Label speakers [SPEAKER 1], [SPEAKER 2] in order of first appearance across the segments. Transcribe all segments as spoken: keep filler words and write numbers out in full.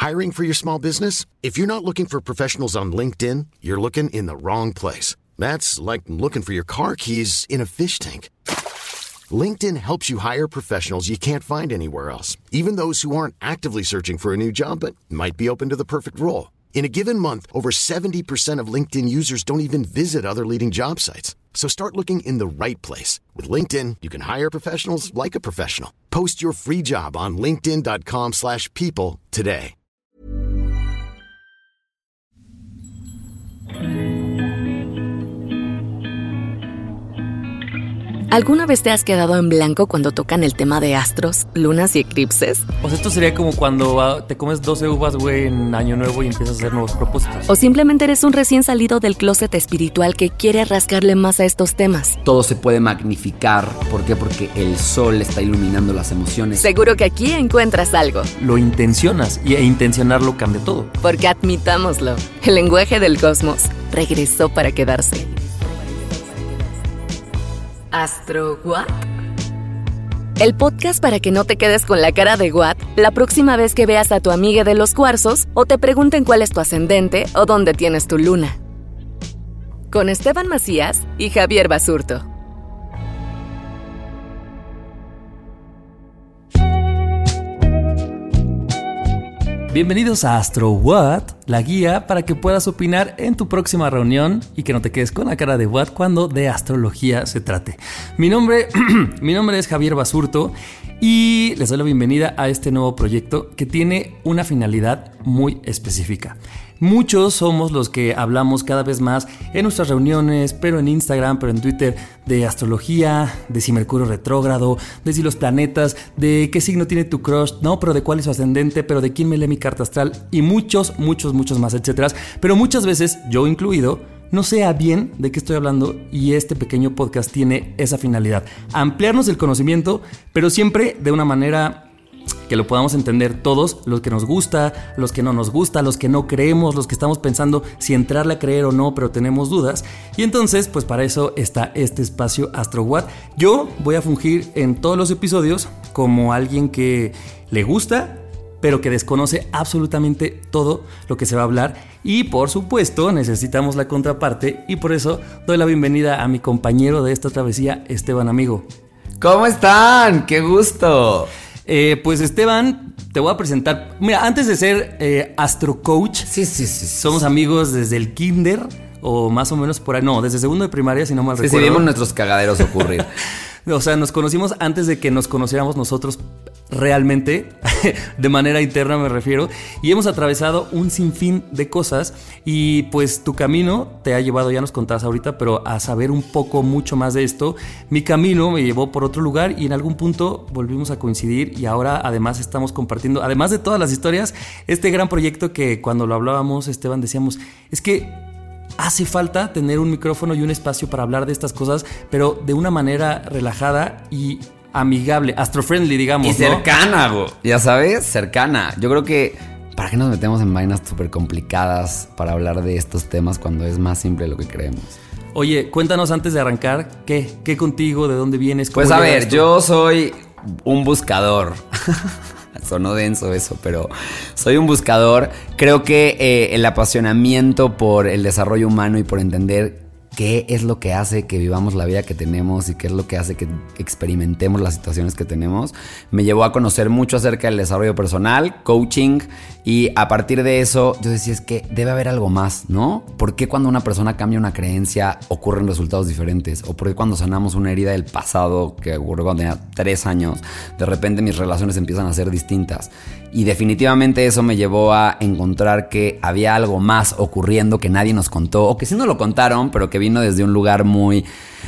[SPEAKER 1] Hiring for your small business? If you're not looking for professionals on LinkedIn, you're looking in the wrong place. That's like looking for your car keys in a fish tank. LinkedIn helps you hire professionals you can't find anywhere else, even those who aren't actively searching for a new job but might be open to the perfect role. In a given month, over seventy percent of LinkedIn users don't even visit other leading job sites. So start looking in the right place. With LinkedIn, you can hire professionals like a professional. Post your free job on linkedin.com slash people today.
[SPEAKER 2] ¿Alguna vez te has quedado en blanco cuando tocan el tema de astros, lunas y eclipses?
[SPEAKER 3] O sea, esto sería como cuando uh, te comes doce uvas, güey, en Año Nuevo y empiezas a hacer nuevos propósitos.
[SPEAKER 2] O simplemente eres un recién salido del closet espiritual que quiere rascarle más a estos temas.
[SPEAKER 4] Todo se puede magnificar. ¿Por qué? Porque el sol está iluminando las emociones.
[SPEAKER 2] Seguro que aquí encuentras algo.
[SPEAKER 3] Lo intencionas y e intencionarlo cambia todo.
[SPEAKER 2] Porque admitámoslo, el lenguaje del cosmos regresó para quedarse. ¿Astro What? El podcast para que no te quedes con la cara de what la próxima vez que veas a tu amiga de los cuarzos o te pregunten cuál es tu ascendente o dónde tienes tu luna. Con Esteban Macías y Javier Basurto.
[SPEAKER 3] Bienvenidos a Astro What, la guía para que puedas opinar en tu próxima reunión y que no te quedes con la cara de what cuando de astrología se trate. Mi nombre, mi nombre es Javier Basurto y les doy la bienvenida a este nuevo proyecto que tiene una finalidad muy específica. Muchos somos los que hablamos cada vez más en nuestras reuniones, pero en Instagram, pero en Twitter, de astrología, de si Mercurio retrógrado, de si los planetas, de qué signo tiene tu crush, no, pero de cuál es su ascendente, pero de quién me lee mi carta astral y muchos, muchos, muchos más, etcétera. Pero muchas veces, yo incluido, no sé a bien de qué estoy hablando y este pequeño podcast tiene esa finalidad, ampliarnos el conocimiento, pero siempre de una manera que lo podamos entender todos, los que nos gusta, los que no nos gusta, los que no creemos, los que estamos pensando si entrarle a creer o no, pero tenemos dudas. Y entonces, pues para eso está este espacio Astro What. Yo voy a fungir en todos los episodios como alguien que le gusta, pero que desconoce absolutamente todo lo que se va a hablar. Y por supuesto, necesitamos la contraparte y por eso doy la bienvenida a mi compañero de esta travesía, Esteban Amigo.
[SPEAKER 4] ¿Cómo están? ¡Qué gusto!
[SPEAKER 3] Eh, pues Esteban, te voy a presentar. Mira, antes de ser eh, Astro Coach,
[SPEAKER 4] sí, sí, sí, sí,
[SPEAKER 3] somos amigos desde el kinder o más o menos por ahí. No, desde segundo de primaria, si no mal
[SPEAKER 4] sí,
[SPEAKER 3] recuerdo.
[SPEAKER 4] Sí, vimos nuestros cagaderos ocurrir.
[SPEAKER 3] O sea, nos conocimos antes de que nos conociéramos nosotros realmente, de manera interna me refiero, y hemos atravesado un sinfín de cosas y pues tu camino te ha llevado, ya nos contabas ahorita, pero a saber un poco mucho más de esto. Mi camino me llevó por otro lugar y en algún punto volvimos a coincidir y ahora además estamos compartiendo, además de todas las historias, este gran proyecto que cuando lo hablábamos, Esteban, decíamos, es que hace falta tener un micrófono y un espacio para hablar de estas cosas, pero de una manera relajada y amigable, astro-friendly, digamos,
[SPEAKER 4] y cercana, ¿no? Ya sabes, cercana. Yo creo que ¿para qué nos metemos en vainas súper complicadas para hablar de estos temas cuando es más simple de lo que creemos?
[SPEAKER 3] Oye, cuéntanos antes de arrancar, ¿qué? ¿Qué contigo? ¿De dónde vienes?
[SPEAKER 4] Pues a ver, esto? Yo soy un buscador. Sonó denso eso, pero soy un buscador. Creo que eh, el apasionamiento por el desarrollo humano y por entender qué es lo que hace que vivamos la vida que tenemos y qué es lo que hace que experimentemos las situaciones que tenemos, me llevó a conocer mucho acerca del desarrollo personal, coaching, y a partir de eso yo decía, es que debe haber algo más, ¿no? ¿Por qué cuando una persona cambia una creencia ocurren resultados diferentes? ¿O por qué cuando sanamos una herida del pasado que ocurrió cuando tenía tres años, de repente mis relaciones empiezan a ser distintas? Y definitivamente eso me llevó a encontrar que había algo más ocurriendo que nadie nos contó, o que sí nos lo contaron, pero que vino desde un lugar muy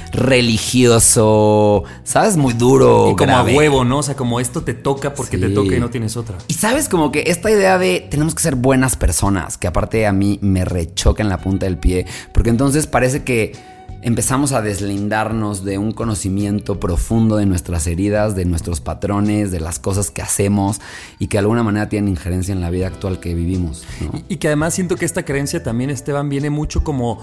[SPEAKER 4] religioso, ¿sabes? Muy duro,
[SPEAKER 3] y como
[SPEAKER 4] grave.
[SPEAKER 3] A huevo, ¿no? O sea, como esto te toca porque sí. te toca y no tienes otra.
[SPEAKER 4] Y sabes, como que esta idea de tenemos que ser buenas personas, que aparte a mí me rechoca en la punta del pie, porque entonces parece que empezamos a deslindarnos de un conocimiento profundo de nuestras heridas, de nuestros patrones, de las cosas que hacemos y que de alguna manera tienen injerencia en la vida actual que vivimos, ¿no?
[SPEAKER 3] Y, y que además siento que esta creencia también, Esteban, viene mucho como...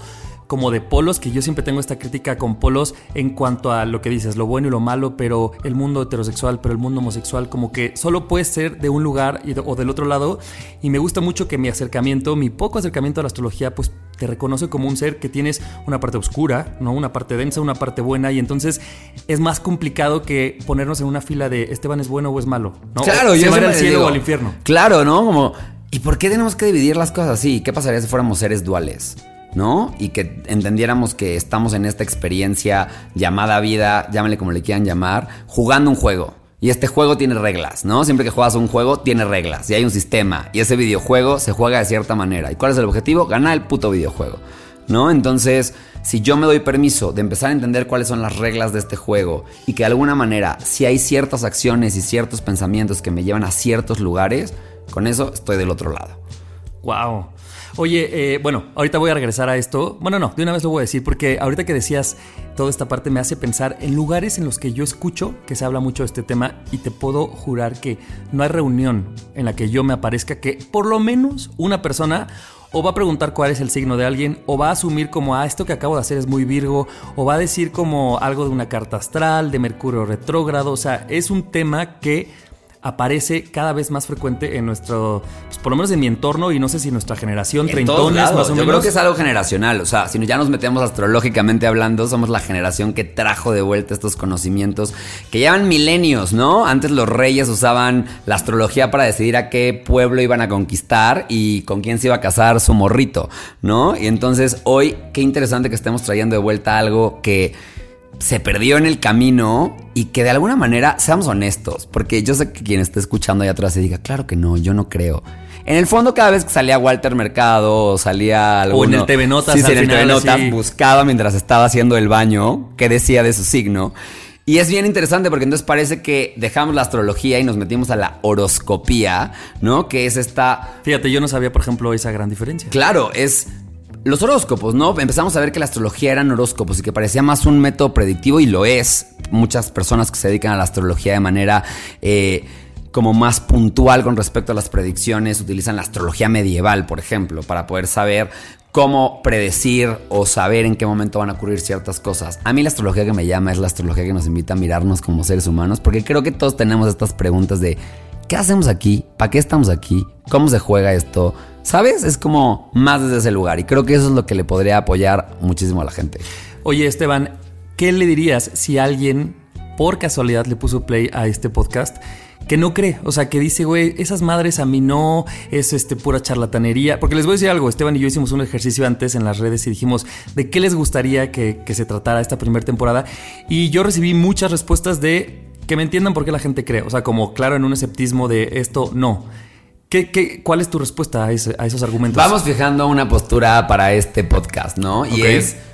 [SPEAKER 3] como de polos, que yo siempre tengo esta crítica con polos en cuanto a lo que dices, lo bueno y lo malo, pero el mundo heterosexual, pero el mundo homosexual, como que solo puede ser de un lugar y de, o del otro lado. Y me gusta mucho que mi acercamiento, mi poco acercamiento a la astrología, pues te reconoce como un ser que tienes una parte oscura, ¿no? Una parte densa, una parte buena, y entonces es más complicado que ponernos en una fila de Esteban es bueno o es malo, ¿no?
[SPEAKER 4] Claro,
[SPEAKER 3] o
[SPEAKER 4] yo
[SPEAKER 3] se va
[SPEAKER 4] siempre
[SPEAKER 3] al cielo
[SPEAKER 4] digo,
[SPEAKER 3] o al infierno.
[SPEAKER 4] Claro, ¿no? Como, ¿y por qué tenemos que dividir las cosas así? ¿Qué pasaría si fuéramos seres duales? ¿No? Y que entendiéramos que estamos en esta experiencia llamada vida, llámenle como le quieran llamar, jugando un juego. Y este juego tiene reglas, ¿no? Siempre que juegas un juego, tiene reglas. Y hay un sistema. Y ese videojuego se juega de cierta manera. ¿Y cuál es el objetivo? Ganar el puto videojuego, ¿no? Entonces, si yo me doy permiso de empezar a entender cuáles son las reglas de este juego y que de alguna manera, si hay ciertas acciones y ciertos pensamientos que me llevan a ciertos lugares, con eso estoy del otro lado.
[SPEAKER 3] Wow. Oye, eh, bueno, ahorita voy a regresar a esto. Bueno, no, de una vez lo voy a decir porque ahorita que decías toda esta parte me hace pensar en lugares en los que yo escucho que se habla mucho de este tema y te puedo jurar que no hay reunión en la que yo me aparezca que por lo menos una persona o va a preguntar cuál es el signo de alguien, o va a asumir como, ah, esto que acabo de hacer es muy Virgo, o va a decir como algo de una carta astral, de Mercurio retrógrado. O sea, es un tema que aparece cada vez más frecuente en nuestro, pues por lo menos en mi entorno, y no sé si nuestra generación,
[SPEAKER 4] En
[SPEAKER 3] treintones más o
[SPEAKER 4] Yo
[SPEAKER 3] menos.
[SPEAKER 4] creo que es algo generacional. O sea, si ya nos metemos astrológicamente hablando, somos la generación que trajo de vuelta estos conocimientos que llevan milenios, ¿no? Antes los reyes usaban la astrología para decidir a qué pueblo iban a conquistar y con quién se iba a casar su morrito, ¿no? Y entonces hoy, qué interesante que estemos trayendo de vuelta algo que se perdió en el camino y que de alguna manera, seamos honestos, porque yo sé que quien esté escuchando allá atrás se diga, claro que no, yo no creo. En el fondo, cada vez que salía Walter Mercado o salía alguno,
[SPEAKER 3] o en el T V Notas,
[SPEAKER 4] sí, sí,
[SPEAKER 3] al
[SPEAKER 4] en el
[SPEAKER 3] final,
[SPEAKER 4] T V Notas,
[SPEAKER 3] sí.
[SPEAKER 4] buscaba mientras estaba haciendo el baño qué decía de su signo. Y es bien interesante porque entonces parece que dejamos la astrología y nos metimos a la horoscopía, ¿no? Que es esta...
[SPEAKER 3] Fíjate, yo no sabía, por ejemplo, esa gran diferencia.
[SPEAKER 4] Claro, es... los horóscopos, ¿no? Empezamos a ver que la astrología eran horóscopos y que parecía más un método predictivo, y lo es. Muchas personas que se dedican a la astrología de manera eh, como más puntual con respecto a las predicciones utilizan la astrología medieval, por ejemplo, para poder saber cómo predecir o saber en qué momento van a ocurrir ciertas cosas. A mí la astrología que me llama es la astrología que nos invita a mirarnos como seres humanos, porque creo que todos tenemos estas preguntas de ¿qué hacemos aquí? ¿Para qué estamos aquí? ¿Cómo se juega esto? ¿Sabes? Es como más desde ese lugar, y creo que eso es lo que le podría apoyar muchísimo a la gente.
[SPEAKER 3] Oye, Esteban, ¿qué le dirías si alguien por casualidad le puso play a este podcast que no cree? O sea, que dice, güey, esas madres a mí no, es este pura charlatanería. Porque les voy a decir algo, Esteban y yo hicimos un ejercicio antes en las redes y dijimos de qué les gustaría que, que se tratara esta primera temporada, y yo recibí muchas respuestas de que me entiendan por qué la gente cree. O sea, como claro, en un escepticismo de esto no. ¿Qué, qué, ¿Cuál es tu respuesta a, ese, a esos argumentos?
[SPEAKER 4] Vamos fijando una postura para este podcast, ¿no? Y
[SPEAKER 3] okay.
[SPEAKER 4] es,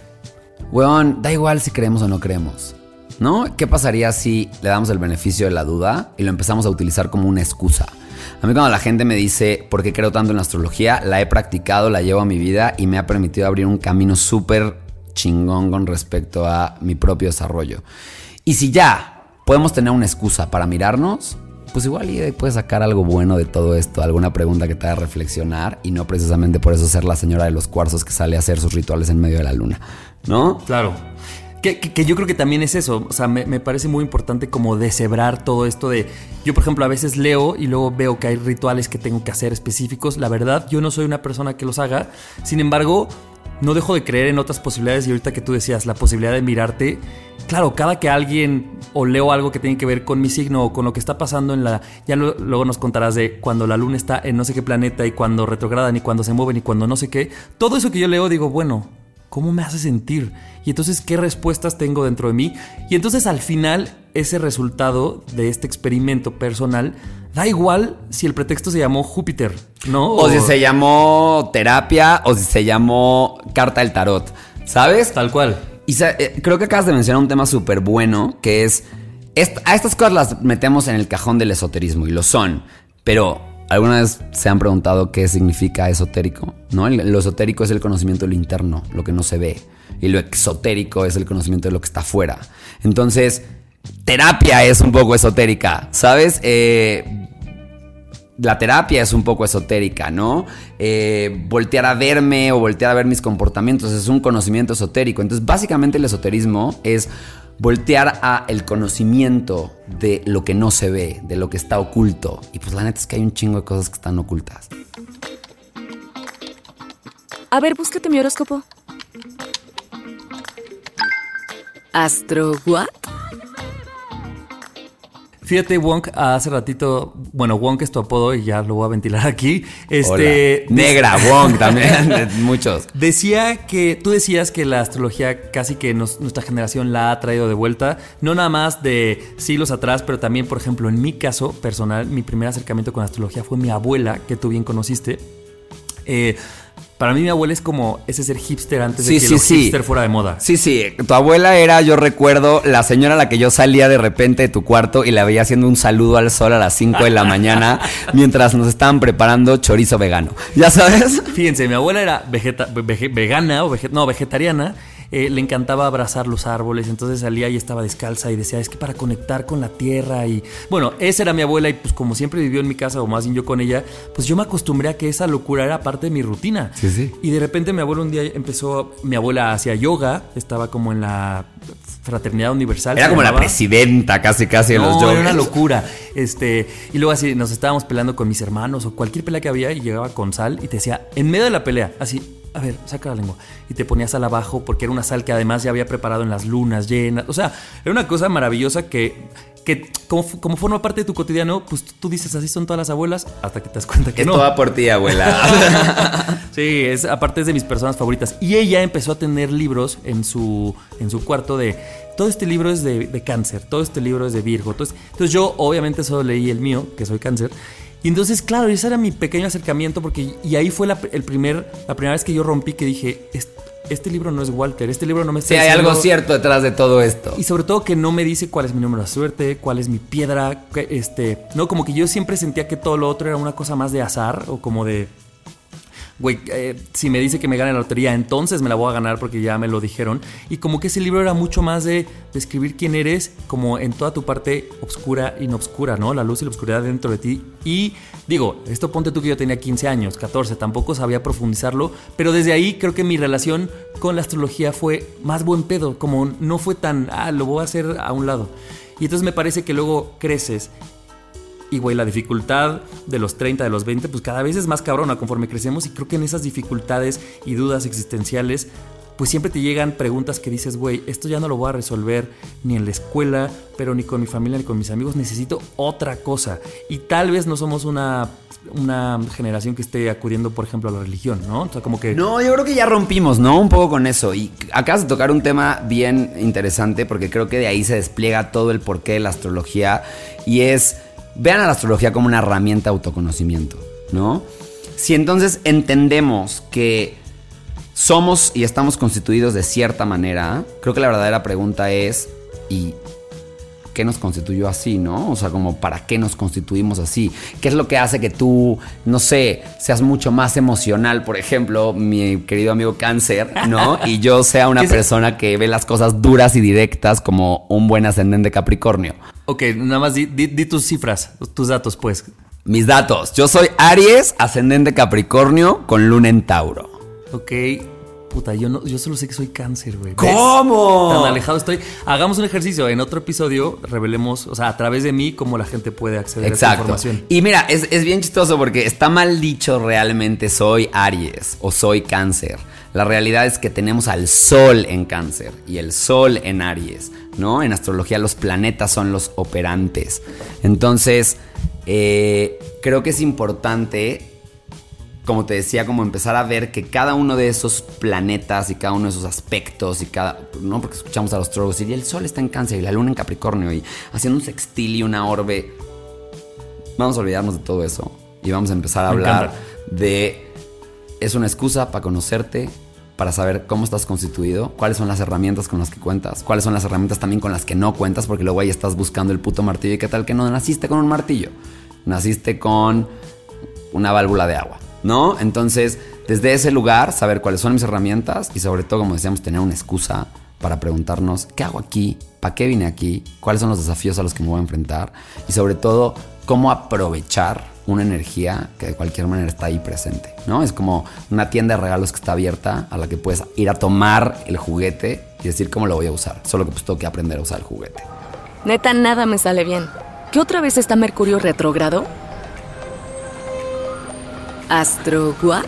[SPEAKER 4] weón, da igual si creemos o no creemos, ¿no? ¿Qué pasaría si le damos el beneficio de la duda y lo empezamos a utilizar como una excusa? A mí cuando la gente me dice por qué creo tanto en la astrología, la he practicado, la llevo a mi vida y me ha permitido abrir un camino súper chingón con respecto a mi propio desarrollo. Y si ya podemos tener una excusa para mirarnos, pues igual y puedes sacar algo bueno de todo esto, alguna pregunta que te haga reflexionar, y no precisamente por eso ser la señora de los cuarzos que sale a hacer sus rituales en medio de la luna, ¿no?
[SPEAKER 3] Claro. Que, que, que yo creo que también es eso. O sea, me, me parece muy importante como deshebrar todo esto de... Yo, por ejemplo, a veces leo y luego veo que hay rituales que tengo que hacer específicos. La verdad, yo no soy una persona que los haga. Sin embargo, no dejo de creer en otras posibilidades. Y ahorita que tú decías, la posibilidad de mirarte... Claro, cada que alguien o leo algo que tiene que ver con mi signo o con lo que está pasando en la... Ya lo, luego nos contarás de cuando la luna está en no sé qué planeta y cuando retrogradan y cuando se mueven y cuando no sé qué. Todo eso que yo leo digo, bueno, ¿cómo me hace sentir? Y entonces, ¿qué respuestas tengo dentro de mí? Y entonces al final, ese resultado de este experimento personal, da igual si el pretexto se llamó Júpiter, ¿no?
[SPEAKER 4] O, o si se llamó terapia o si se llamó carta del tarot, ¿sabes?
[SPEAKER 3] Tal cual.
[SPEAKER 4] Y creo que acabas de mencionar un tema súper bueno, que es, est- a estas cosas las metemos en el cajón del esoterismo, y lo son, pero ¿alguna vez se han preguntado qué significa esotérico? ¿No? El, lo esotérico es el conocimiento de lo interno, lo que no se ve, y lo exotérico es el conocimiento de lo que está afuera. Entonces, terapia es un poco esotérica, ¿sabes? Eh... la terapia es un poco esotérica, ¿no? Eh, voltear a verme o voltear a ver mis comportamientos es un conocimiento esotérico. Entonces, básicamente el esoterismo es voltear a el conocimiento de lo que no se ve, de lo que está oculto. Y pues la neta es que hay un chingo de cosas que están ocultas.
[SPEAKER 2] A ver, búscate mi horóscopo. ¿Astro what?
[SPEAKER 3] Fíjate, Wonk, hace ratito, bueno, Wonk es tu apodo y ya lo voy a ventilar aquí. Este,
[SPEAKER 4] Hola. Negra, Wonk también, muchos.
[SPEAKER 3] Decía que, tú decías que la astrología casi que nos, nuestra generación la ha traído de vuelta, no nada más de siglos atrás, pero también, por ejemplo, en mi caso personal, mi primer acercamiento con la astrología fue mi abuela, que tú bien conociste. Eh... Para mí mi abuela es como ese ser hipster antes
[SPEAKER 4] sí,
[SPEAKER 3] de que
[SPEAKER 4] sí,
[SPEAKER 3] lo
[SPEAKER 4] sí.
[SPEAKER 3] hipster fuera de moda.
[SPEAKER 4] Sí, sí. Tu abuela era, yo recuerdo, la señora a la que yo salía de repente de tu cuarto y la veía haciendo un saludo al sol a las cinco de la mañana mientras nos estaban preparando chorizo vegano. ¿Ya sabes?
[SPEAKER 3] Fíjense, mi abuela era vegeta, vege, vegana o veget, no, vegetariana. Eh, le encantaba abrazar los árboles, entonces salía y estaba descalza y decía, es que para conectar con la tierra. Y bueno, esa era mi abuela y pues como siempre vivió en mi casa, o más bien yo con ella, pues yo me acostumbré a que esa locura era parte de mi rutina.
[SPEAKER 4] Sí, sí.
[SPEAKER 3] Y de repente mi abuela un día empezó, mi abuela hacía yoga, estaba como en la Fraternidad Universal.
[SPEAKER 4] Era como llamaba la presidenta casi casi en
[SPEAKER 3] no,
[SPEAKER 4] los yogas.
[SPEAKER 3] Era una locura. Este, y luego así nos estábamos peleando con mis hermanos o cualquier pelea que había y llegaba con sal y te decía, en medio de la pelea, así, a ver, saca la lengua. Y te ponías sal abajo porque era una sal que además ya había preparado en las lunas llenas. O sea, era una cosa maravillosa que, que como, como forma parte de tu cotidiano, pues tú, tú dices, así son todas las abuelas, hasta que te das cuenta que
[SPEAKER 4] es
[SPEAKER 3] no.
[SPEAKER 4] Es toda por ti, abuela.
[SPEAKER 3] Sí, es, aparte es de mis personas favoritas. Y ella empezó a tener libros en su, en su cuarto de... Todo este libro es de, de cáncer, todo este libro es de Virgo. Entonces, entonces yo obviamente solo leí el mío, que soy cáncer. Y entonces, claro, ese era mi pequeño acercamiento porque y ahí fue la, el primer, la primera vez que yo rompí que dije, este, este libro no es Walter, este libro no me está
[SPEAKER 4] sí,
[SPEAKER 3] diciendo...
[SPEAKER 4] hay algo cierto detrás de todo esto.
[SPEAKER 3] Y sobre todo que no me dice cuál es mi número de suerte, cuál es mi piedra, este, no, como que yo siempre sentía que todo lo otro era una cosa más de azar o como de... Güey, eh, si me dice que me gane la lotería, entonces me la voy a ganar porque ya me lo dijeron. Y como que ese libro era mucho más de describir quién eres, como en toda tu parte obscura y no obscura, ¿no? La luz y la oscuridad dentro de ti. Y digo, esto ponte tú que yo tenía quince años, catorce, tampoco sabía profundizarlo. Pero desde ahí creo que mi relación con la astrología fue más buen pedo, como no fue tan, ah, lo voy a hacer a un lado. Y entonces me parece que luego creces. Y güey, la dificultad de los treinta, de los veinte, pues cada vez es más cabrona conforme crecemos. Y creo que en esas dificultades y dudas existenciales, pues siempre te llegan preguntas que dices, güey, esto ya no lo voy a resolver ni en la escuela, pero ni con mi familia ni con mis amigos, necesito otra cosa. Y tal vez no somos una, una generación que esté acudiendo, por ejemplo, a la religión, ¿no? O sea, como que...
[SPEAKER 4] No, yo creo que ya rompimos, ¿no? Un poco con eso. Y acabas de tocar un tema bien interesante porque creo que de ahí se despliega todo el porqué de la astrología y es... Vean a la astrología como una herramienta de autoconocimiento, ¿no? Si entonces entendemos que somos y estamos constituidos de cierta manera, creo que la verdadera pregunta es, ¿y qué nos constituyó así, no? O sea, como ¿para qué nos constituimos así? ¿Qué es lo que hace que tú, no sé, seas mucho más emocional? Por ejemplo, mi querido amigo Cáncer, ¿no? Y yo sea una persona que ve las cosas duras y directas como un buen ascendente Capricornio.
[SPEAKER 3] Ok, nada más di, di, di tus cifras, tus datos, pues.
[SPEAKER 4] Mis datos. Yo soy Aries, ascendente Capricornio, con luna en Tauro.
[SPEAKER 3] Ok, puta, yo no, yo solo sé que soy Cáncer, güey.
[SPEAKER 4] ¿Cómo?
[SPEAKER 3] Tan alejado estoy. Hagamos un ejercicio. En otro episodio revelemos, o sea, a través de mí, cómo la gente puede acceder
[SPEAKER 4] Exacto.
[SPEAKER 3] a esta información.
[SPEAKER 4] Y mira, es, es bien chistoso porque está mal dicho realmente soy Aries o soy Cáncer. La realidad es que tenemos al Sol en Cáncer y el Sol en Aries, ¿no? En astrología los planetas son los operantes. Entonces, eh, creo que es importante, como te decía, como empezar a ver que cada uno de esos planetas y cada uno de esos aspectos y cada, ¿no? Porque escuchamos a los astrólogos y el Sol está en Cáncer y la Luna en Capricornio y haciendo un sextil y una orbe. Vamos a olvidarnos de todo eso y vamos a empezar a
[SPEAKER 3] Me
[SPEAKER 4] hablar
[SPEAKER 3] encanta.
[SPEAKER 4] de... Es una excusa para conocerte, para saber cómo estás constituido, cuáles son las herramientas con las que cuentas, cuáles son las herramientas también con las que no cuentas, porque luego ahí estás buscando el puto martillo y qué tal que no naciste con un martillo, naciste con una válvula de agua, ¿no? Entonces, desde ese lugar, saber cuáles son mis herramientas y sobre todo, como decíamos, tener una excusa para preguntarnos qué hago aquí, para qué vine aquí, cuáles son los desafíos a los que me voy a enfrentar y sobre todo, cómo aprovechar una energía que de cualquier manera está ahí presente, ¿no? Es como una tienda de regalos que está abierta a la que puedes ir a tomar el juguete y decir cómo lo voy a usar. Solo que pues tengo que aprender a usar el juguete.
[SPEAKER 2] Neta, nada me sale bien. ¿Qué otra vez está Mercurio retrógrado? ¿Astro what?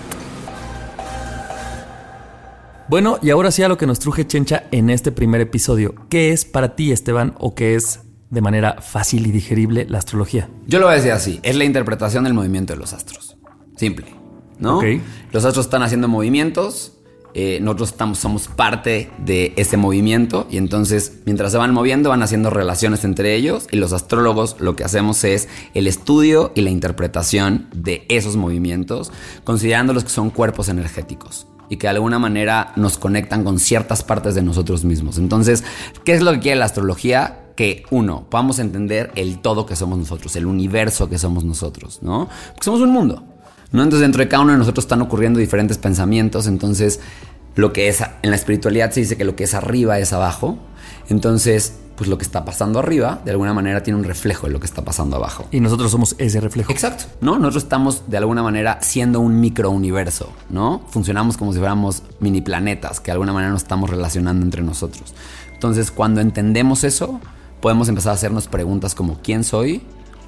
[SPEAKER 3] Bueno, y ahora sí a lo que nos truje Chencha en este primer episodio. ¿Qué es para ti, Esteban, o qué es de manera fácil y digerible la astrología?
[SPEAKER 4] Yo lo voy a decir así, es la interpretación del movimiento de los astros. Simple, ¿no?
[SPEAKER 3] Okay.
[SPEAKER 4] Los astros están haciendo movimientos, eh, nosotros estamos, somos parte de ese movimiento y entonces mientras se van moviendo van haciendo relaciones entre ellos y los astrólogos lo que hacemos es el estudio y la interpretación de esos movimientos, considerándolos que son cuerpos energéticos y que de alguna manera nos conectan con ciertas partes de nosotros mismos. Entonces, ¿qué es lo que quiere la astrología? Que uno, podamos entender el todo que somos nosotros, el universo que somos nosotros, ¿no? Porque somos un mundo, ¿no? Entonces dentro de cada uno de nosotros están ocurriendo diferentes pensamientos. Entonces lo que es, en la espiritualidad se dice que lo que es arriba es abajo. Entonces pues lo que está pasando arriba de alguna manera tiene un reflejo de lo que está pasando abajo.
[SPEAKER 3] Y nosotros somos ese reflejo.
[SPEAKER 4] Exacto, ¿no? Nosotros estamos de alguna manera siendo un microuniverso, ¿no? Funcionamos como si fuéramos mini planetas que de alguna manera nos estamos relacionando entre nosotros. Entonces cuando entendemos eso, podemos empezar a hacernos preguntas como ¿quién soy?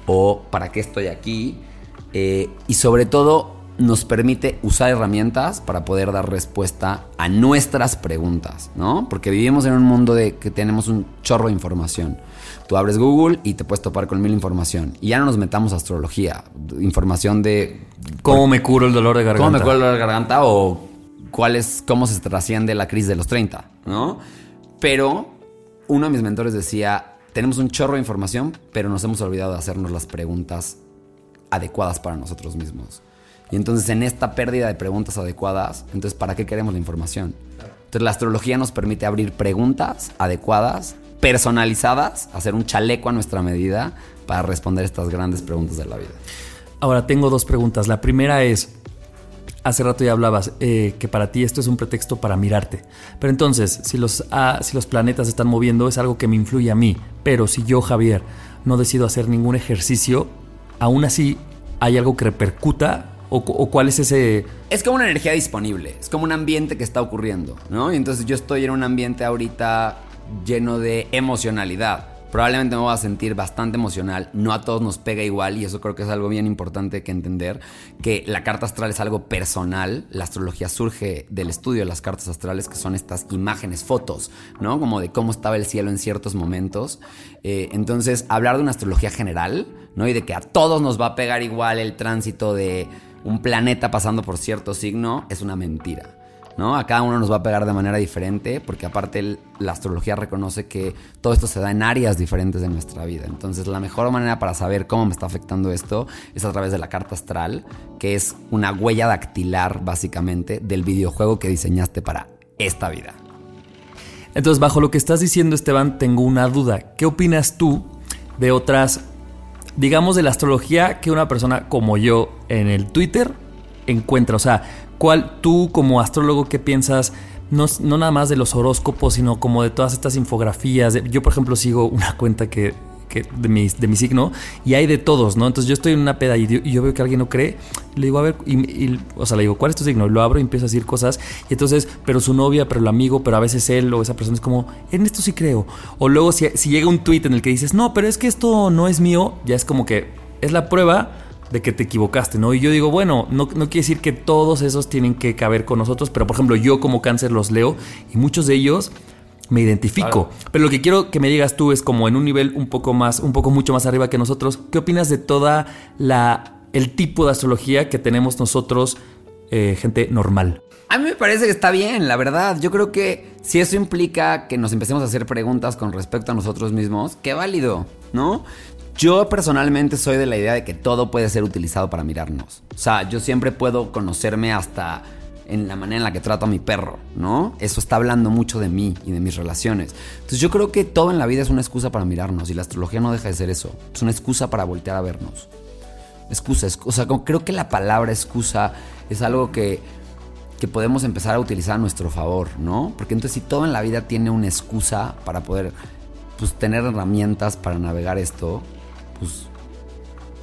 [SPEAKER 4] O ¿para qué estoy aquí? Eh, y sobre todo nos permite usar herramientas para poder dar respuesta a nuestras preguntas, ¿no? Porque vivimos en un mundo de que tenemos un chorro de información. Tú abres Google y te puedes topar con mil información. Y ya no nos metamos a astrología, información de...
[SPEAKER 3] ¿Cómo por, me curo el dolor de garganta?
[SPEAKER 4] ¿Cómo me curo el dolor de garganta? O cuál es, cómo se trasciende la crisis de los treinta, ¿no? Pero uno de mis mentores decía... Tenemos un chorro de información, pero nos hemos olvidado de hacernos las preguntas adecuadas para nosotros mismos. Y entonces en esta pérdida de preguntas adecuadas, entonces ¿para qué queremos la información? Entonces la astrología nos permite abrir preguntas adecuadas, personalizadas, hacer un chaleco a nuestra medida para responder estas grandes preguntas de la vida.
[SPEAKER 3] Ahora tengo dos preguntas. La primera es... Hace rato ya hablabas eh, que para ti esto es un pretexto para mirarte. Pero entonces, si los, ah, si los planetas se están moviendo, es algo que me influye a mí. Pero si yo, Javier, no decido hacer ningún ejercicio, aún así, ¿hay algo que repercuta? ¿O, o cuál es ese...?
[SPEAKER 4] Es como una energía disponible. Es como un ambiente que está ocurriendo, ¿no? Y entonces yo estoy en un ambiente ahorita lleno de emocionalidad. Probablemente me voy a sentir bastante emocional. No a todos nos pega igual y eso creo que es algo bien importante que entender. Que la carta astral es algo personal. La astrología surge del estudio de las cartas astrales, que son estas imágenes, fotos, ¿no? Como de cómo estaba el cielo en ciertos momentos. Eh, entonces, hablar de una astrología general, ¿no? Y de que a todos nos va a pegar igual el tránsito de un planeta pasando por cierto signo es una mentira, ¿no? A cada uno nos va a pegar de manera diferente porque aparte el, la astrología reconoce que todo esto se da en áreas diferentes de nuestra vida. Entonces la mejor manera para saber cómo me está afectando esto es a través de la carta astral, que es una huella dactilar básicamente del videojuego que diseñaste para esta vida.
[SPEAKER 3] Entonces, bajo lo que estás diciendo, Esteban, tengo una duda. ¿Qué opinas tú de otras, digamos, de la astrología que una persona como yo en el Twitter encuentra? O sea, ¿cuál tú como astrólogo qué piensas? No, no nada más de los horóscopos, sino como de todas estas infografías. Yo, por ejemplo, sigo una cuenta que, que de, mi, de mi signo y hay de todos, ¿no? Entonces yo estoy en una peda y yo, y yo veo que alguien no cree. Le digo, a ver, y, y, o sea, le digo, ¿cuál es tu signo? Y lo abro y empiezo a decir cosas. Y entonces, pero su novia, pero el amigo, pero a veces él o esa persona es como, en esto sí creo. O luego si, si llega un tweet en el que dices, no, pero es que esto no es mío, ya es como que es la prueba de que te equivocaste, ¿no? Y yo digo, bueno, no, no quiere decir que todos esos tienen que caber con nosotros, pero por ejemplo, yo como cáncer los leo y muchos de ellos me identifico. Claro. Pero lo que quiero que me digas tú es como en un nivel un poco más, un poco mucho más arriba que nosotros, ¿qué opinas de toda la, el tipo de astrología que tenemos nosotros, eh, gente normal?
[SPEAKER 4] A mí me parece que está bien, la verdad. Yo creo que si eso implica que nos empecemos a hacer preguntas con respecto a nosotros mismos, qué válido, ¿no? Yo personalmente soy de la idea de que todo puede ser utilizado para mirarnos. O sea, yo siempre puedo conocerme hasta en la manera en la que trato a mi perro, ¿no? Eso está hablando mucho de mí y de mis relaciones. Entonces yo creo que todo en la vida es una excusa para mirarnos y la astrología no deja de ser eso. Es una excusa para voltear a vernos. Excusa, excusa. O sea, creo que la palabra excusa es algo que, que podemos empezar a utilizar a nuestro favor, ¿no? Porque entonces si todo en la vida tiene una excusa para poder, pues, tener herramientas para navegar esto, pues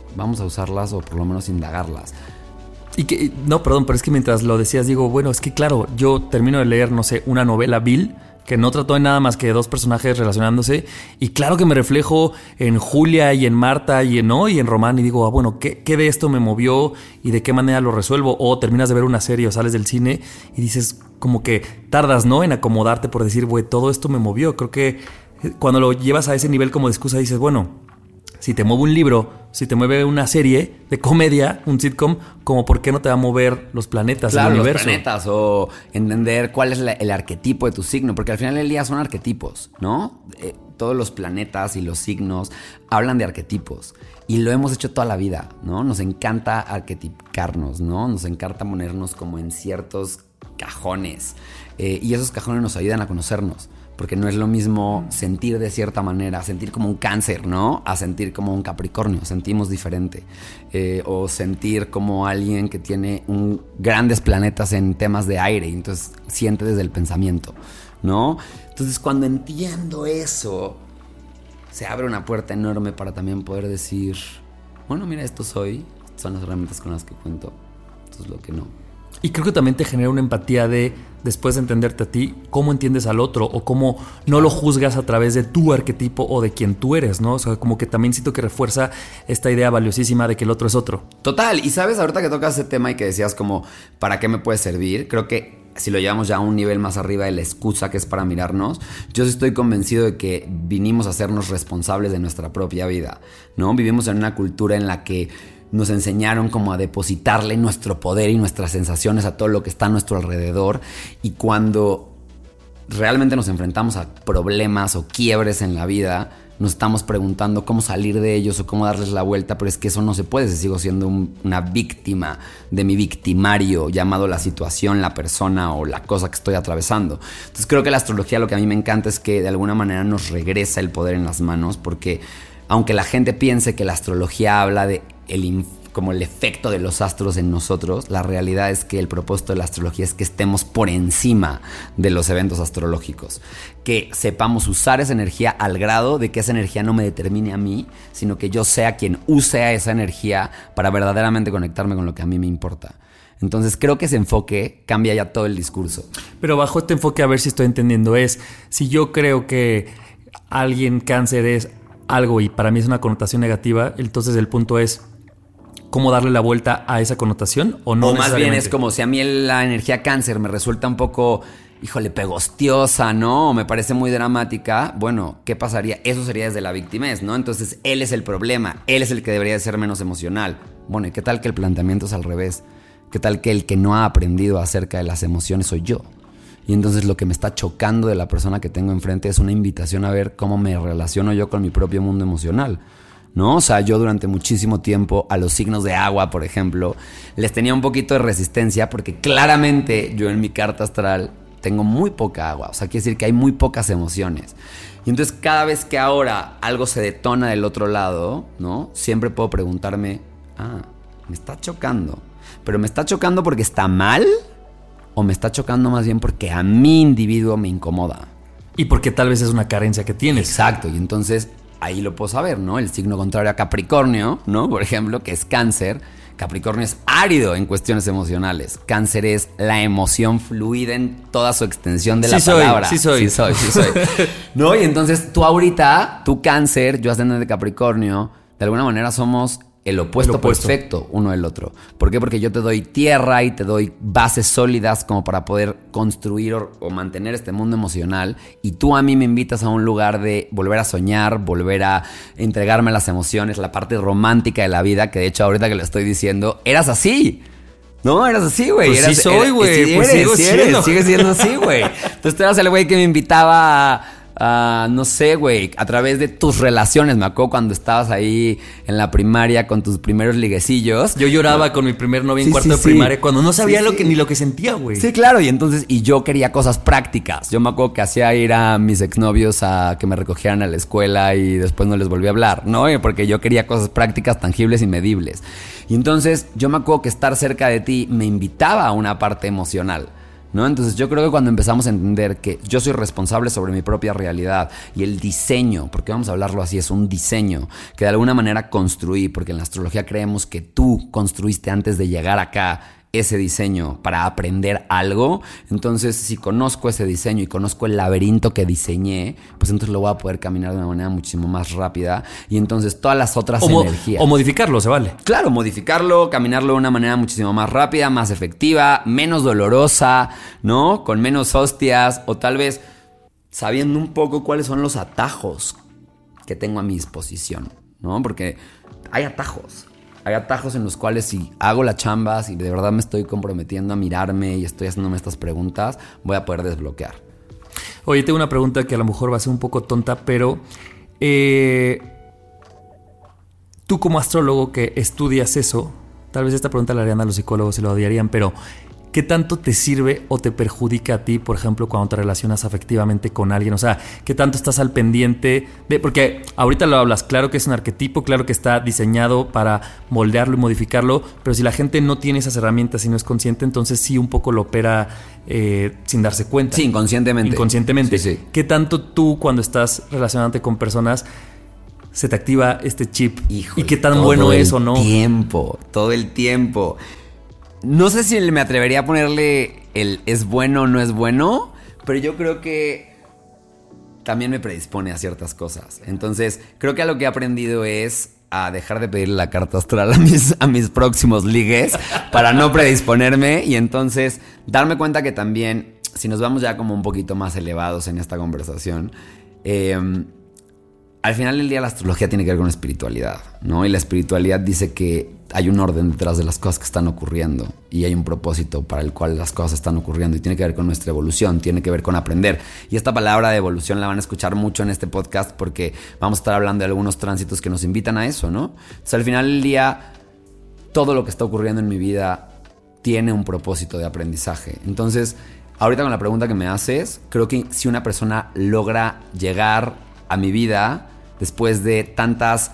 [SPEAKER 4] vamos a usarlas o por lo menos indagarlas.
[SPEAKER 3] Y que, no, perdón, pero es que mientras lo decías digo, bueno, es que claro, yo termino de leer, no sé, una novela vil que no trató de nada más que de dos personajes relacionándose, y claro que me reflejo en Julia y en Marta y en, ¿no? y en Román, y digo, ah, bueno, ¿qué, ¿qué de esto me movió y de qué manera lo resuelvo? O terminas de ver una serie o sales del cine y dices, como que tardas, ¿no? En acomodarte por decir, güey, todo esto me movió. Creo que cuando lo llevas a ese nivel como de excusa dices, bueno, si te mueve un libro, si te mueve una serie de comedia, un sitcom, como por qué no te va a mover los planetas,
[SPEAKER 4] claro,
[SPEAKER 3] el universo.
[SPEAKER 4] Los planetas, o entender cuál es la, el arquetipo de tu signo, porque al final del día son arquetipos, ¿no? Eh, todos los planetas y los signos hablan de arquetipos y lo hemos hecho toda la vida, ¿no? Nos encanta arquetiparnos, ¿no? Nos encanta ponernos como en ciertos cajones eh, y esos cajones nos ayudan a conocernos. Porque no es lo mismo sentir de cierta manera, sentir como un Cáncer, ¿no? A sentir como un Capricornio, sentimos diferente. Eh, o sentir como alguien que tiene un, grandes planetas en temas de aire, y entonces siente desde el pensamiento, ¿no? Entonces cuando entiendo eso, se abre una puerta enorme para también poder decir, bueno, mira, esto soy, estas son las herramientas con las que cuento, esto es lo que no.
[SPEAKER 3] Y creo que también te genera una empatía de, después de entenderte a ti, cómo entiendes al otro o cómo no lo juzgas a través de tu arquetipo o de quien tú eres, ¿no? O sea, como que también siento que refuerza esta idea valiosísima de que el otro es otro.
[SPEAKER 4] Total, y sabes, ahorita que tocas ese tema y que decías como, ¿para qué me puede servir? Creo que si lo llevamos ya a un nivel más arriba de la excusa que es para mirarnos, yo sí estoy convencido de que vinimos a hacernos responsables de nuestra propia vida, ¿no? Vivimos en una cultura en la que nos enseñaron como a depositarle nuestro poder y nuestras sensaciones a todo lo que está a nuestro alrededor, y cuando realmente nos enfrentamos a problemas o quiebres en la vida, nos estamos preguntando cómo salir de ellos o cómo darles la vuelta, pero es que eso no se puede si sigo siendo un, una víctima de mi victimario llamado la situación, la persona o la cosa que estoy atravesando. Entonces creo que la astrología, lo que a mí me encanta es que de alguna manera nos regresa el poder en las manos, porque aunque la gente piense que la astrología habla de el, como el efecto de los astros en nosotros, la realidad es que el propósito de la astrología es que estemos por encima de los eventos astrológicos, que sepamos usar esa energía al grado de que esa energía no me determine a mí, sino que yo sea quien use a esa energía para verdaderamente conectarme con lo que a mí me importa. Entonces creo que ese enfoque cambia ya todo el discurso.
[SPEAKER 3] Pero bajo este enfoque, a ver si estoy entendiendo, es si yo creo que alguien Cáncer es algo y para mí es una connotación negativa, entonces el punto es cómo darle la vuelta a esa connotación o no.
[SPEAKER 4] O más bien es como si a mí la energía Cáncer me resulta un poco, híjole, pegostiosa, ¿no? O me parece muy dramática. Bueno, ¿qué pasaría? Eso sería desde la victimez, ¿no? Entonces él es el problema, él es el que debería de ser menos emocional. Bueno, ¿y qué tal que el planteamiento es al revés? ¿Qué tal que el que no ha aprendido acerca de las emociones soy yo? Y entonces lo que me está chocando de la persona que tengo enfrente es una invitación a ver cómo me relaciono yo con mi propio mundo emocional, ¿no? O sea, yo durante muchísimo tiempo a los signos de agua, por ejemplo, les tenía un poquito de resistencia porque claramente yo en mi carta astral tengo muy poca agua. O sea, quiere decir que hay muy pocas emociones. Y entonces cada vez que ahora algo se detona del otro lado, ¿no? Siempre puedo preguntarme, ah, me está chocando. ¿Pero me está chocando porque está mal? ¿O me está chocando más bien porque a mi individuo me incomoda?
[SPEAKER 3] Y porque tal vez es una carencia que tienes.
[SPEAKER 4] Exacto, y entonces ahí lo puedo saber, ¿no? El signo contrario a Capricornio, ¿no? Por ejemplo, que es Cáncer. Capricornio es árido en cuestiones emocionales. Cáncer es la emoción fluida en toda su extensión de la
[SPEAKER 3] sí
[SPEAKER 4] palabra.
[SPEAKER 3] Soy, sí soy,
[SPEAKER 4] sí soy, sí soy. ¿No? Y entonces tú ahorita, tú Cáncer, yo ascendente de Capricornio, de alguna manera somos el opuesto, el opuesto perfecto uno del otro. ¿Por qué? Porque yo te doy tierra y te doy bases sólidas como para poder construir o, o mantener este mundo emocional, y tú a mí me invitas a un lugar de volver a soñar, volver a entregarme las emociones, la parte romántica de la vida, que de hecho ahorita que lo estoy diciendo, eras así. No, eras así, güey.
[SPEAKER 3] Pues sí soy, güey.
[SPEAKER 4] Sí
[SPEAKER 3] pues
[SPEAKER 4] eres,
[SPEAKER 3] sigo
[SPEAKER 4] sí
[SPEAKER 3] siendo.
[SPEAKER 4] eres, sigues siendo así, güey. Entonces tú eras el güey que me invitaba a... Uh, no sé, güey, a través de tus relaciones. Me acuerdo cuando estabas ahí en la primaria con tus primeros liguecillos.
[SPEAKER 3] Yo lloraba no. con mi primer novio en
[SPEAKER 4] sí,
[SPEAKER 3] cuarto
[SPEAKER 4] sí,
[SPEAKER 3] de primaria
[SPEAKER 4] sí.
[SPEAKER 3] cuando no sabía
[SPEAKER 4] sí,
[SPEAKER 3] lo
[SPEAKER 4] sí.
[SPEAKER 3] que ni lo que sentía, güey.
[SPEAKER 4] Sí, claro, y entonces, y yo quería cosas prácticas. Yo me acuerdo que hacía ir a mis exnovios a que me recogieran a la escuela y después no les volví a hablar, ¿no? Porque yo quería cosas prácticas, tangibles y medibles. Y entonces yo me acuerdo que estar cerca de ti me invitaba a una parte emocional, ¿no? Entonces yo creo que cuando empezamos a entender que yo soy responsable sobre mi propia realidad y el diseño, porque vamos a hablarlo así, es un diseño que de alguna manera construí, porque en la astrología creemos que tú construiste antes de llegar acá ese diseño para aprender algo. Entonces, si conozco ese diseño y conozco el laberinto que diseñé, pues entonces lo voy a poder caminar de una manera muchísimo más rápida. Y entonces todas las otras
[SPEAKER 3] o mo-
[SPEAKER 4] energías.
[SPEAKER 3] O modificarlo, se vale.
[SPEAKER 4] Claro, modificarlo, caminarlo de una manera muchísimo más rápida, más efectiva, menos dolorosa, ¿no? Con menos hostias, o tal vez sabiendo un poco cuáles son los atajos que tengo a mi disposición, ¿no? Porque hay atajos. Hay atajos en los cuales si hago la chamba, si de verdad me estoy comprometiendo a mirarme y estoy haciéndome estas preguntas, voy a poder desbloquear.
[SPEAKER 3] Oye, tengo una pregunta que a lo mejor va a ser un poco tonta, pero eh, tú como astrólogo que estudias eso, tal vez esta pregunta la harían a los psicólogos y lo odiarían, pero ¿qué tanto te sirve o te perjudica a ti, por ejemplo, cuando te relacionas afectivamente con alguien? O sea, ¿qué tanto estás al pendiente de...? Porque ahorita lo hablas, claro que es un arquetipo, claro que está diseñado para moldearlo y modificarlo, pero si la gente no tiene esas herramientas y no es consciente, entonces sí un poco lo opera eh, sin darse cuenta.
[SPEAKER 4] Sí, inconscientemente.
[SPEAKER 3] Inconscientemente.
[SPEAKER 4] Sí, sí.
[SPEAKER 3] ¿Qué tanto tú, cuando estás relacionándote con personas, se te activa este chip?
[SPEAKER 4] Híjole,
[SPEAKER 3] ¿y qué tan
[SPEAKER 4] todo
[SPEAKER 3] bueno es o no?
[SPEAKER 4] Todo el tiempo, todo el tiempo. No sé si me atrevería a ponerle el es bueno o no es bueno, pero yo creo que también me predispone a ciertas cosas. Entonces, creo que a lo que he aprendido es a dejar de pedirle la carta astral a mis, a mis próximos ligues para no predisponerme y entonces darme cuenta que también, si nos vamos ya como un poquito más elevados en esta conversación, eh, al final del día la astrología tiene que ver con espiritualidad, ¿no? Y la espiritualidad dice que hay un orden detrás de las cosas que están ocurriendo y hay un propósito para el cual las cosas están ocurriendo y tiene que ver con nuestra evolución, tiene que ver con aprender. Y esta palabra de evolución la van a escuchar mucho en este podcast porque vamos a estar hablando de algunos tránsitos que nos invitan a eso, ¿no? Entonces, al final del día, todo lo que está ocurriendo en mi vida tiene un propósito de aprendizaje. Entonces, ahorita con la pregunta que me haces, creo que si una persona logra llegar a mi vida después de tantas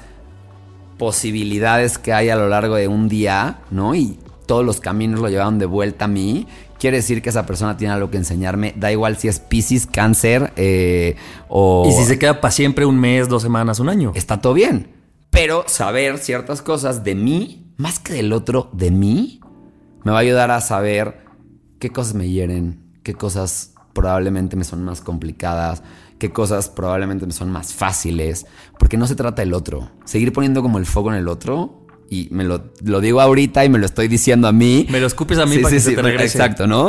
[SPEAKER 4] posibilidades que hay a lo largo de un día, ¿no? Y todos los caminos lo llevaron de vuelta a mí, quiere decir que esa persona tiene algo que enseñarme. Da igual si es Piscis, Cáncer eh, o...
[SPEAKER 3] Y si se queda para siempre un mes, dos semanas, un año.
[SPEAKER 4] Está todo bien. Pero saber ciertas cosas de mí, más que del otro, de mí, me va a ayudar a saber qué cosas me hieren, qué cosas probablemente me son más complicadas, qué cosas probablemente me son más fáciles, porque no se trata del otro. Seguir poniendo como el foco en el otro, y me lo, lo digo ahorita y me lo estoy diciendo a mí.
[SPEAKER 3] Me lo escupes a mí
[SPEAKER 4] sí,
[SPEAKER 3] para
[SPEAKER 4] sí,
[SPEAKER 3] que
[SPEAKER 4] sí,
[SPEAKER 3] se te regrese.
[SPEAKER 4] Exacto, ¿no?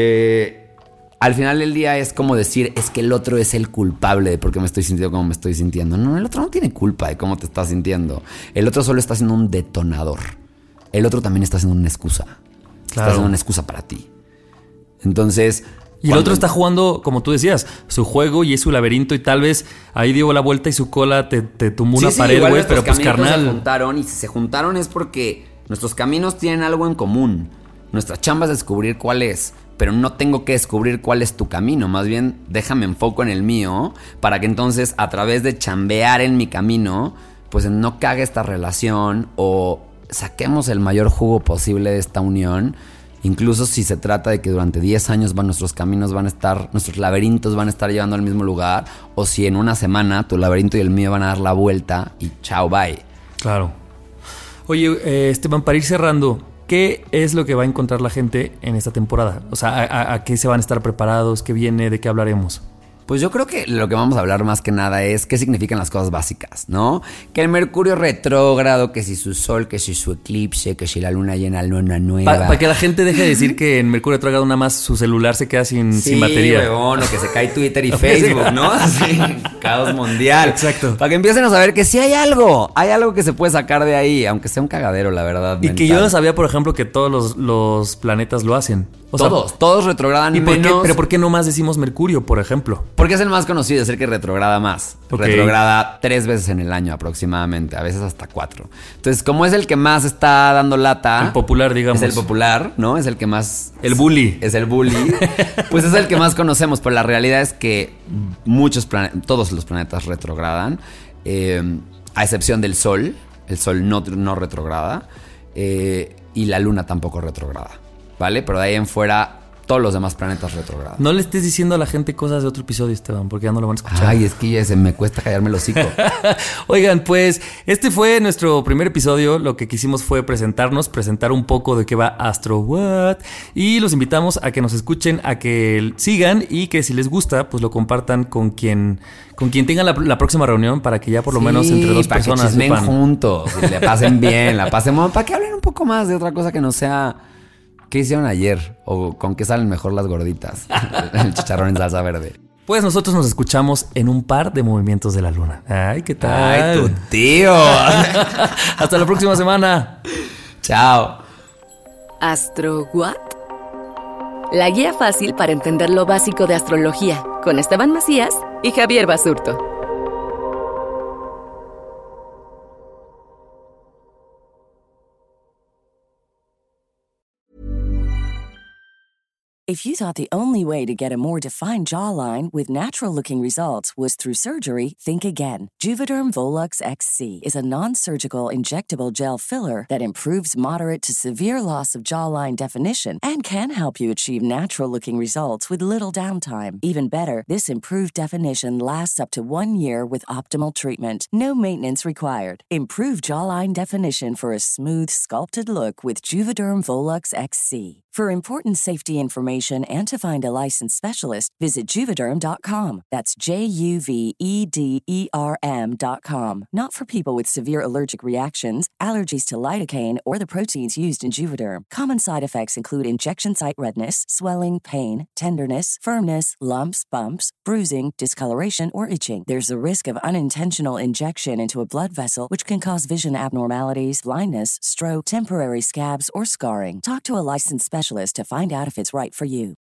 [SPEAKER 4] Eh, al final del día es como decir, es que el otro es el culpable de por qué me estoy sintiendo como me estoy sintiendo. No, el otro no tiene culpa de cómo te estás sintiendo. El otro solo está siendo un detonador. El otro también está siendo una excusa.
[SPEAKER 3] Claro.
[SPEAKER 4] Está siendo una excusa para ti. Entonces...
[SPEAKER 3] Y el otro está jugando, como tú decías, su juego y es su laberinto y tal vez ahí dio la vuelta y su cola te, te tumbó una
[SPEAKER 4] sí, sí,
[SPEAKER 3] pared, güey, pero pues
[SPEAKER 4] carnal.
[SPEAKER 3] carnal.
[SPEAKER 4] Se juntaron y si se juntaron es porque nuestros caminos tienen algo en común. Nuestra chamba es descubrir cuál es, pero no tengo que descubrir cuál es tu camino. Más bien, déjame enfoco en el mío para que entonces a través de chambear en mi camino, pues no cague esta relación o saquemos el mayor jugo posible de esta unión. Incluso si se trata de que durante diez años van, nuestros caminos van a estar, nuestros laberintos van a estar llevando al mismo lugar, o si en una semana tu laberinto y el mío van a dar la vuelta y chao, bye.
[SPEAKER 3] Claro. Oye, eh, Esteban, para ir cerrando, ¿qué es lo que va a encontrar la gente en esta temporada? O sea, ¿a, a, a qué se van a estar preparados? ¿Qué viene? ¿De qué hablaremos?
[SPEAKER 4] Pues yo creo que lo que vamos a hablar más que nada es qué significan las cosas básicas, ¿no? Que el Mercurio retrógrado, que si su sol, que si su eclipse, que si la luna llena, luna nueva.
[SPEAKER 3] Para pa que la gente deje de decir que en Mercurio retrógrado nada más su celular se queda sin,
[SPEAKER 4] sí,
[SPEAKER 3] sin batería.
[SPEAKER 4] Sí, huevón, o que se cae Twitter y Facebook, ¿no? Así, caos mundial.
[SPEAKER 3] Exacto.
[SPEAKER 4] Para que empiecen a saber que sí hay algo, hay algo que se puede sacar de ahí, aunque sea un cagadero, la verdad.
[SPEAKER 3] Y
[SPEAKER 4] mental.
[SPEAKER 3] que yo no sabía, por ejemplo, que todos los, los planetas lo hacen. O
[SPEAKER 4] todos,
[SPEAKER 3] sea,
[SPEAKER 4] todos retrogradan
[SPEAKER 3] ¿y por
[SPEAKER 4] menos.
[SPEAKER 3] qué, pero ¿por qué no más decimos Mercurio, por ejemplo?
[SPEAKER 4] Porque es el más conocido, es el que retrograda más.
[SPEAKER 3] Okay.
[SPEAKER 4] Retrograda tres veces en el año aproximadamente, a veces hasta cuatro. Entonces, como es el que más está dando lata...
[SPEAKER 3] El popular, digamos.
[SPEAKER 4] Es el popular, ¿no? Es el que más...
[SPEAKER 3] El bully.
[SPEAKER 4] Es el bully. Pues es el que más conocemos, pero la realidad es que muchos planetas, todos los planetas retrogradan, eh, a excepción del Sol. El Sol no, no retrograda, eh, y la Luna tampoco retrograda, ¿vale? Pero de ahí en fuera todos los demás planetas retrógrados.
[SPEAKER 3] No le estés diciendo a la gente cosas de otro episodio, Esteban, porque ya no lo van a escuchar.
[SPEAKER 4] Ay, es que ya se me cuesta callarme el hocico.
[SPEAKER 3] Oigan, pues este fue nuestro primer episodio. Lo que quisimos fue presentarnos, presentar un poco de qué va Astro What. Y los invitamos a que nos escuchen, a que sigan y que si les gusta, pues lo compartan con quien, con quien tengan la, la próxima reunión para que ya por lo
[SPEAKER 4] Sí,
[SPEAKER 3] menos entre dos
[SPEAKER 4] para
[SPEAKER 3] personas
[SPEAKER 4] que chismen
[SPEAKER 3] sepan.
[SPEAKER 4] juntos y le pasen bien, la pasen mal, para que hablen un poco más de otra cosa que no sea qué hicieron ayer o con qué salen mejor las gorditas. El chicharrón en salsa verde.
[SPEAKER 3] Pues nosotros nos escuchamos en un par de movimientos de la luna. Ay, ¿qué tal?
[SPEAKER 4] Ay, tu tío.
[SPEAKER 3] Hasta la próxima semana.
[SPEAKER 4] Chao.
[SPEAKER 2] ¿Astro What? La guía fácil para entender lo básico de astrología, con Esteban Macías y Javier Basurto.
[SPEAKER 5] If you thought the only way to get a more defined jawline with natural-looking results was through surgery, think again. Juvederm Volux X C is a non-surgical injectable gel filler that improves moderate to severe loss of jawline definition and can help you achieve natural-looking results with little downtime. Even better, this improved definition lasts up to one year with optimal treatment. No maintenance required. Improve jawline definition for a smooth, sculpted look with Juvederm Volux X C. For important safety information and to find a licensed specialist, visit Juvederm dot com. That's J U V E D E R M dot com. Not for people with severe allergic reactions, allergies to lidocaine, or the proteins used in Juvederm. Common side effects include injection site redness, swelling, pain, tenderness, firmness, lumps, bumps, bruising, discoloration, or itching. There's a risk of unintentional injection into a blood vessel, which can cause vision abnormalities, blindness, stroke, temporary scabs, or scarring. Talk to a licensed specialist to find out if it's right for you.